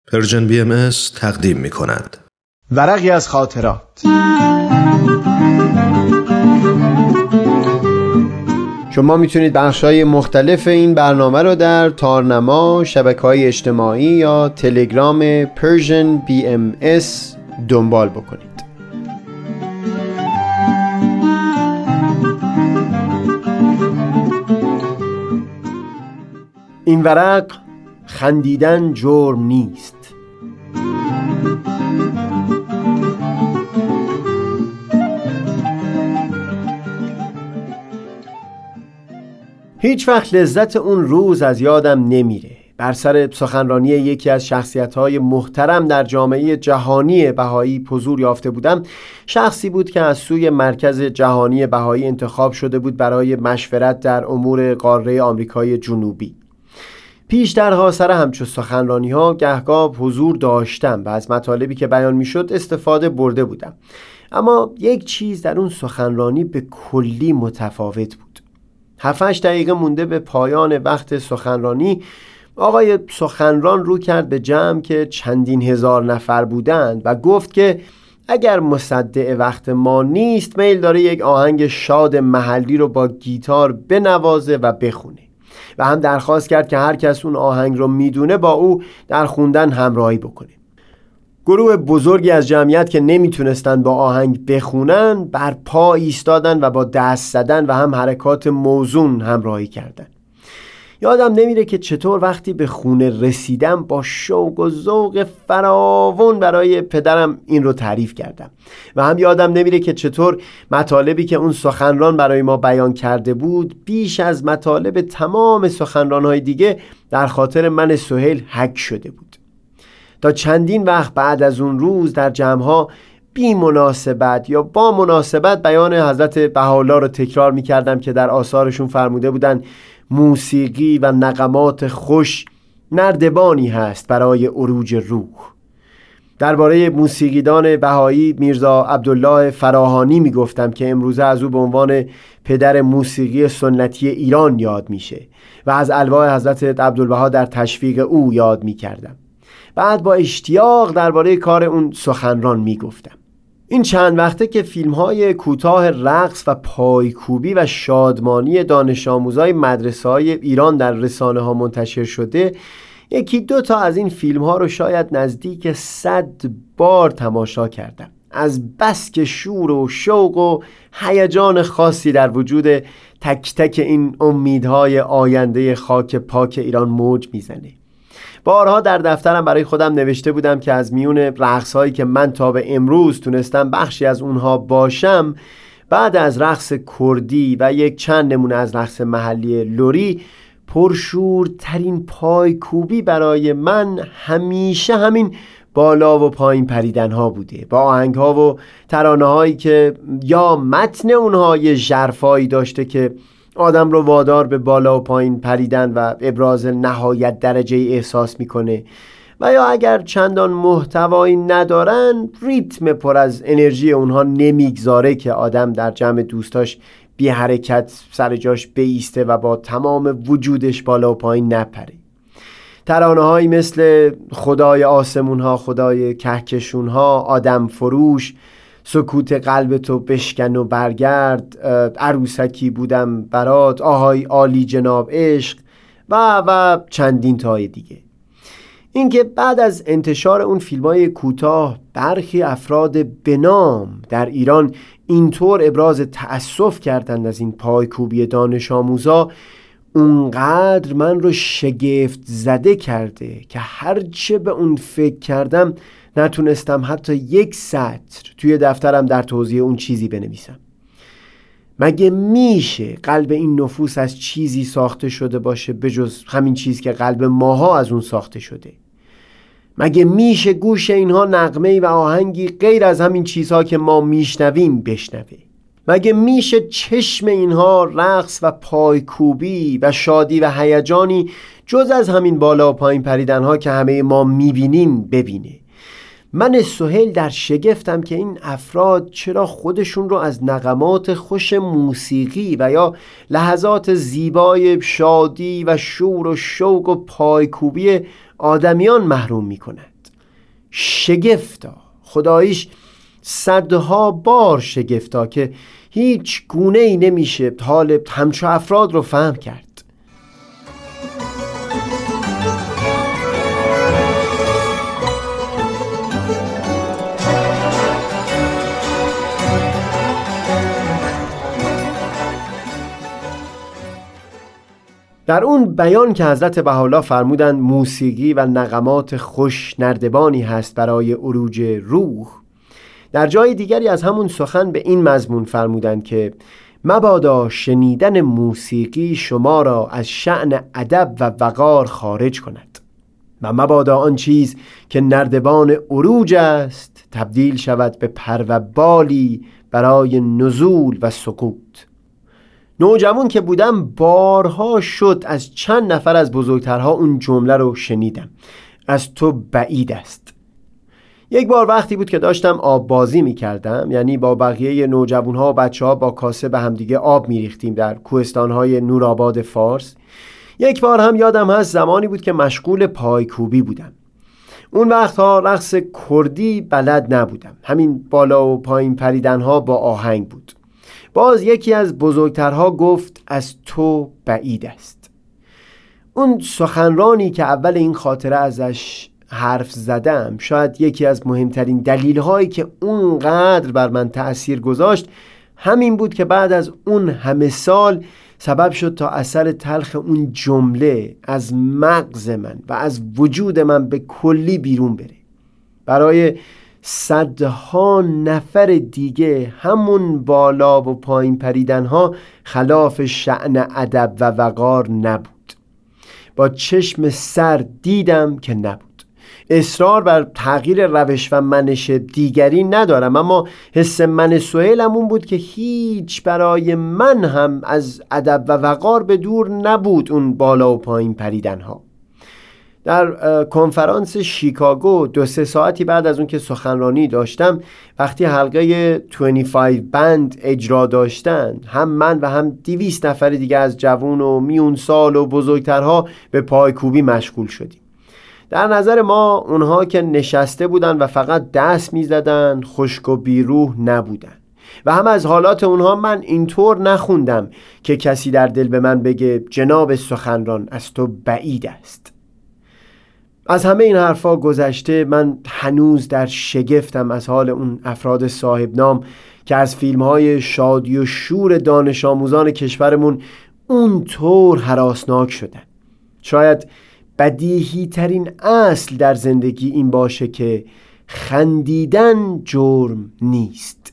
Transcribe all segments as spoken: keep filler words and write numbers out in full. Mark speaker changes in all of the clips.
Speaker 1: پرژن بی ام اس تقدیم می کند.
Speaker 2: ورقی از خاطرات. شما میتونید بخش‌های مختلف این برنامه رو در تارنما، شبکه‌های اجتماعی یا تلگرام پرژن بی ام اس دنبال بکنید. این ورق: خندیدن جرم نیست. هیچ وقت لذت اون روز از یادم نمیره. بر سر سخنرانی یکی از شخصیت‌های محترم در جامعه جهانی بهایی حضور یافته بودم. شخصی بود که از سوی مرکز جهانی بهایی انتخاب شده بود برای مشورت در امور قاره آمریکای جنوبی. پیشترها سر همچو سخنرانی‌ها گهگاه حضور داشتم و از مطالبی که بیان می‌شد استفاده برده بودم، اما یک چیز در اون سخنرانی به کلی متفاوت بود. هفت هشت دقیقه مونده به پایان وقت سخنرانی، آقای سخنران رو کرد به جمع که چندین هزار نفر بودند و گفت که اگر مصدق وقت ما نیست، میل داره یک آهنگ شاد محلی رو با گیتار بنوازه و بخونه و هم درخواست کرد که هر کس اون آهنگ رو میدونه با او در خوندن همراهی بکنه. گروه بزرگی از جمعیت که نمیتونستن با آهنگ بخونن بر پا ایستادن و با دست زدن و هم حرکات موزون همراهی کردن. یادم نمیره که چطور وقتی به خونه رسیدم با شوق و ذوق فراوان برای پدرم این رو تعریف کردم و هم یادم نمیره که چطور مطالبی که اون سخنران برای ما بیان کرده بود بیش از مطالب تمام سخنران‌های دیگه در خاطر من سهیل حک شده بود. تا چندین وقت بعد از اون روز در جمع‌ها بی مناسبت یا با مناسبت بیان حضرت بهاءالله رو تکرار می‌کردم که در آثارشون فرموده بودن موسیقی و نغمات خوش نردبانی هست برای عروج روح. درباره موسیقیدان بهایی میرزا عبدالله فراهانی میگفتم که امروزه از او به عنوان پدر موسیقی سنتی ایران یاد میشه و از الواح حضرت عبدالبها در تشویق او یاد میکردم. بعد با اشتیاق درباره کار اون سخنران میگفتم. این چند وقته که فیلم‌های کوتاه رقص و پایکوبی و شادمانی دانش آموزای مدرسه‌های ایران در رسانه‌ها منتشر شده، یکی دو تا از این فیلم‌ها رو شاید نزدیک صد بار تماشا کردم. از بس که شور و شوق و هیجان خاصی در وجود تک تک این امیدهای آینده خاک پاک ایران موج میزنه. بارها در دفترم برای خودم نوشته بودم که از میون رقص‌هایی که من تا به امروز تونستم بخشی از اونها باشم، بعد از رقص کردی و یک چند نمونه از رقص محلی لری، پرشورترین پایکوبی برای من همیشه همین بالا و پایین پریدن ها بوده، با آهنگ ها و ترانه هایی که یا متن اونها یه ژرفایی داشته که آدم رو وادار به بالا و پایین پریدن و ابراز نهایت درجه احساس میکنه، و یا اگر چندان محتوایی ندارن، ریتم پر از انرژی اونها نمیگذاره که آدم در جمع دوستاش بی حرکت سر جاش بیسته و با تمام وجودش بالا و پایین نپره. ترانه هایی مثل خدای آسمون ها، خدای کهکشون ها، آدم فروش، سکوت قلب تو بشکن و برگرد، عروسکی بودم برات، آهای عالی جناب عشق و و چندین تای دیگه. اینکه بعد از انتشار اون فیلم‌های کوتاه برخی افراد بنام در ایران اینطور ابراز تأسف کردند از این پایکوبی دانش آموزا، اونقدر من رو شگفت زده کرده که هرچه به اون فکر کردم نتونستم حتی یک سطر توی دفترم در توضیح اون چیزی بنویسم. مگه میشه قلب این نفوس از چیزی ساخته شده باشه به جز همین چیز که قلب ماها از اون ساخته شده؟ مگه میشه گوش اینها نغمه‌ای و آهنگی غیر از همین چیزها که ما میشنویم بشنوه؟ مگه میشه چشم اینها رقص و پایکوبی و شادی و هیجانی جز از همین بالا و پایین پریدنها که همه ما میبینیم ببینه؟ من سهیل در شگفتم که این افراد چرا خودشون رو از نغمات خوش موسیقی و یا لحظات زیبای شادی و شور و شوق و پایکوبی آدمیان محروم می کند. شگفتا، خداییش صدها بار شگفتا که هیچ گونه ای نمیشه حال همچو افراد رو فهم کرد. در اون بیان که حضرت بهاءالله فرمودند موسیقی و نغمات خوش نردبانی هست برای عروج روح، در جای دیگری از همون سخن به این مضمون فرمودند که مبادا شنیدن موسیقی شما را از شأن ادب و وقار خارج کند و مبادا آن چیز که نردبان عروج است تبدیل شود به پر و بالی برای نزول و سقوط. نوجوان که بودم بارها شد از چند نفر از بزرگترها اون جمله رو شنیدم: از تو بعید است. یک بار وقتی بود که داشتم آب بازی می کردم، یعنی با بقیه نوجوانها و بچه ها با کاسه به همدیگه آب می ریختیم در کوهستانهای نورآباد فارس. یک بار هم یادم هست زمانی بود که مشغول پایکوبی بودم. اون وقتها رقص کردی بلد نبودم، همین بالا و پایین پریدنها با آهنگ بود. باز یکی از بزرگترها گفت از تو بعید است. اون سخنرانی که اول این خاطره ازش حرف زدم شاید یکی از مهمترین دلیل‌هایی که اونقدر بر من تأثیر گذاشت همین بود که بعد از اون همه سال سبب شد تا اثر تلخ اون جمله از مغز من و از وجود من به کلی بیرون بره. برای صدها نفر دیگه همون بالا و پایین پریدن ها خلاف شأن ادب و وقار نبود. با چشم سر دیدم که نبود. اصرار بر تغییر روش و منش دیگری ندارم، اما حس من سهیلم اون بود که هیچ برای من هم از ادب و وقار به دور نبود اون بالا و پایین پریدن ها. در کنفرانس شیکاگو دو سه ساعتی بعد از اون که سخنرانی داشتم، وقتی حلقه بیست و پنج بند اجرا داشتن، هم من و هم دویست نفر دیگه از جوان و میون سال و بزرگترها به پایکوبی مشغول شدیم. در نظر ما اونها که نشسته بودن و فقط دست میزدن خشک و بیروح نبودن و هم از حالات اونها من اینطور نخوندم که کسی در دل به من بگه جناب سخنران از تو بعید است. از همه این حرفا گذشته من هنوز در شگفتم از حال اون افراد صاحب نام که از فیلم‌های شادی و شور دانش آموزان کشورمون اونطور هراسناک شدن. شاید بدیهی ترین اصل در زندگی این باشه که خندیدن جرم نیست.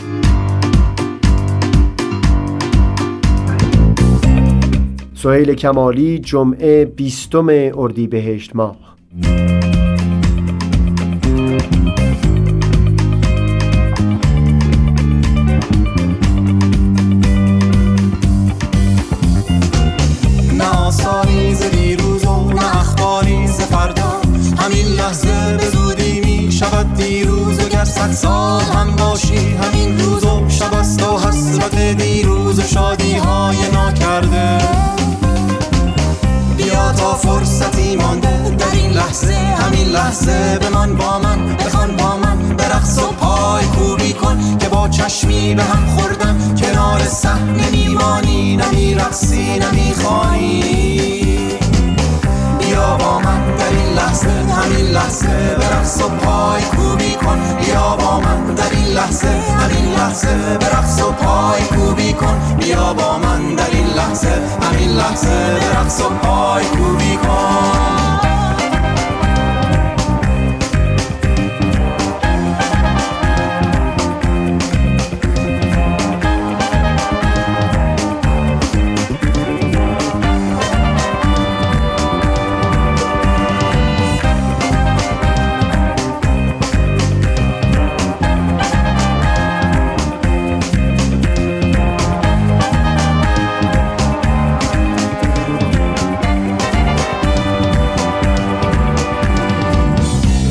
Speaker 2: سهیل کمالی، جمعه بیستم اردیبهشت ماه.
Speaker 3: نه آثاری ز دیروز و نه اخباری ز فردا، همین لحظه به زودی می شود دیروز و گر صد سال هم باشی همین روز و شب است و حسرت دیروز و شادی های ناکرده. بیا تا فرصتی مانده در این لحظه، همین لحظه بمان با من، بخوان با من، برقص و پای کوبی کن که با چشمی به هم خوردن کنار صحنه میمانی، نمیرقصی نمیخوانی. بیا با من در این لحظه، همین لحظه برقص و پای کوبی کن. بیا با من در این لحظه، همین لحظه برقص و پای کوبی کن. بیا با من در این لحظه، همین لحظه برقص و پای کوبی کن.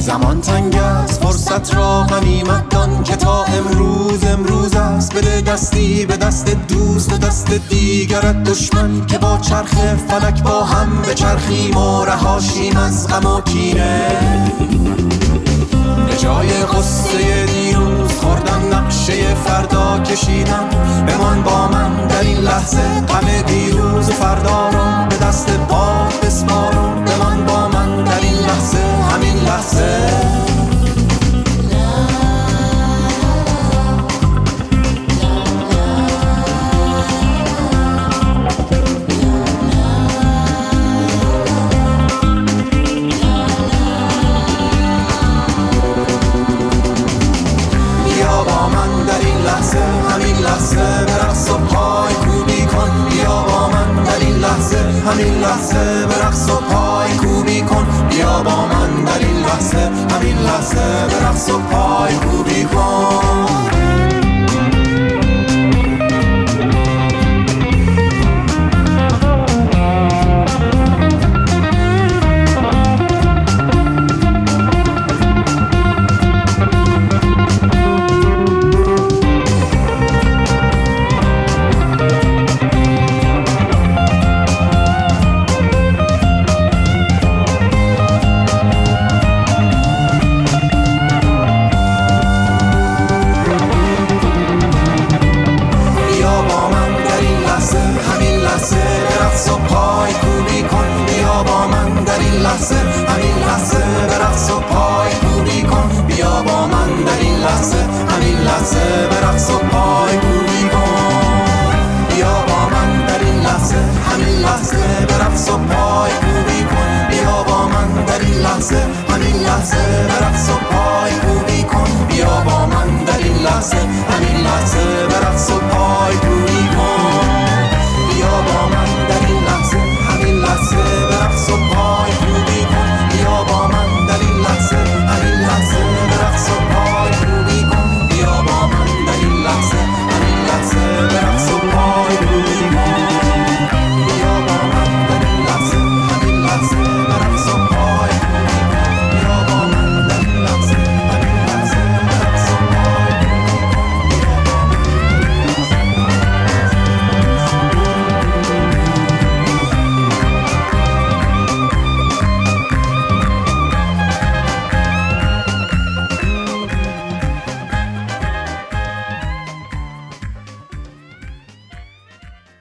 Speaker 3: زمان تنگ است فرصت را غنیمت دان که تا امروز امروز است. بده دستی به دست دوست و دست دیگرت دشمن که با چرخ فلک با هم به چرخیم و رهاشیم از غم و کینه. به جای قصه دیروز خوردن نقشه فردا کشیدم. بمان با من در این لحظه غم دیروز و فردا رو به دست باد بسپارم. بمان با من در این لحظه همین لحظه. همین لحظه برقص و پای کوبی کن. بیا با من در این لحظه همین لحظه برقص و پای کوبی کن. بیا با من در این لحظه همین لحظه برقص و پای کوبی کن. همین لحظه برقص و پای کوبی کن. بیا با من در این لحظه همین لحظه برقص و پای کوبی کن. بیا با من در این لحظه همین لحظه برقص و پای کوبی کن. بیا با من در این لحظه همین لحظه برقص و پای کوبی کن. بیا با من در این لحظه همین لحظه برقص و پای کوبی کن.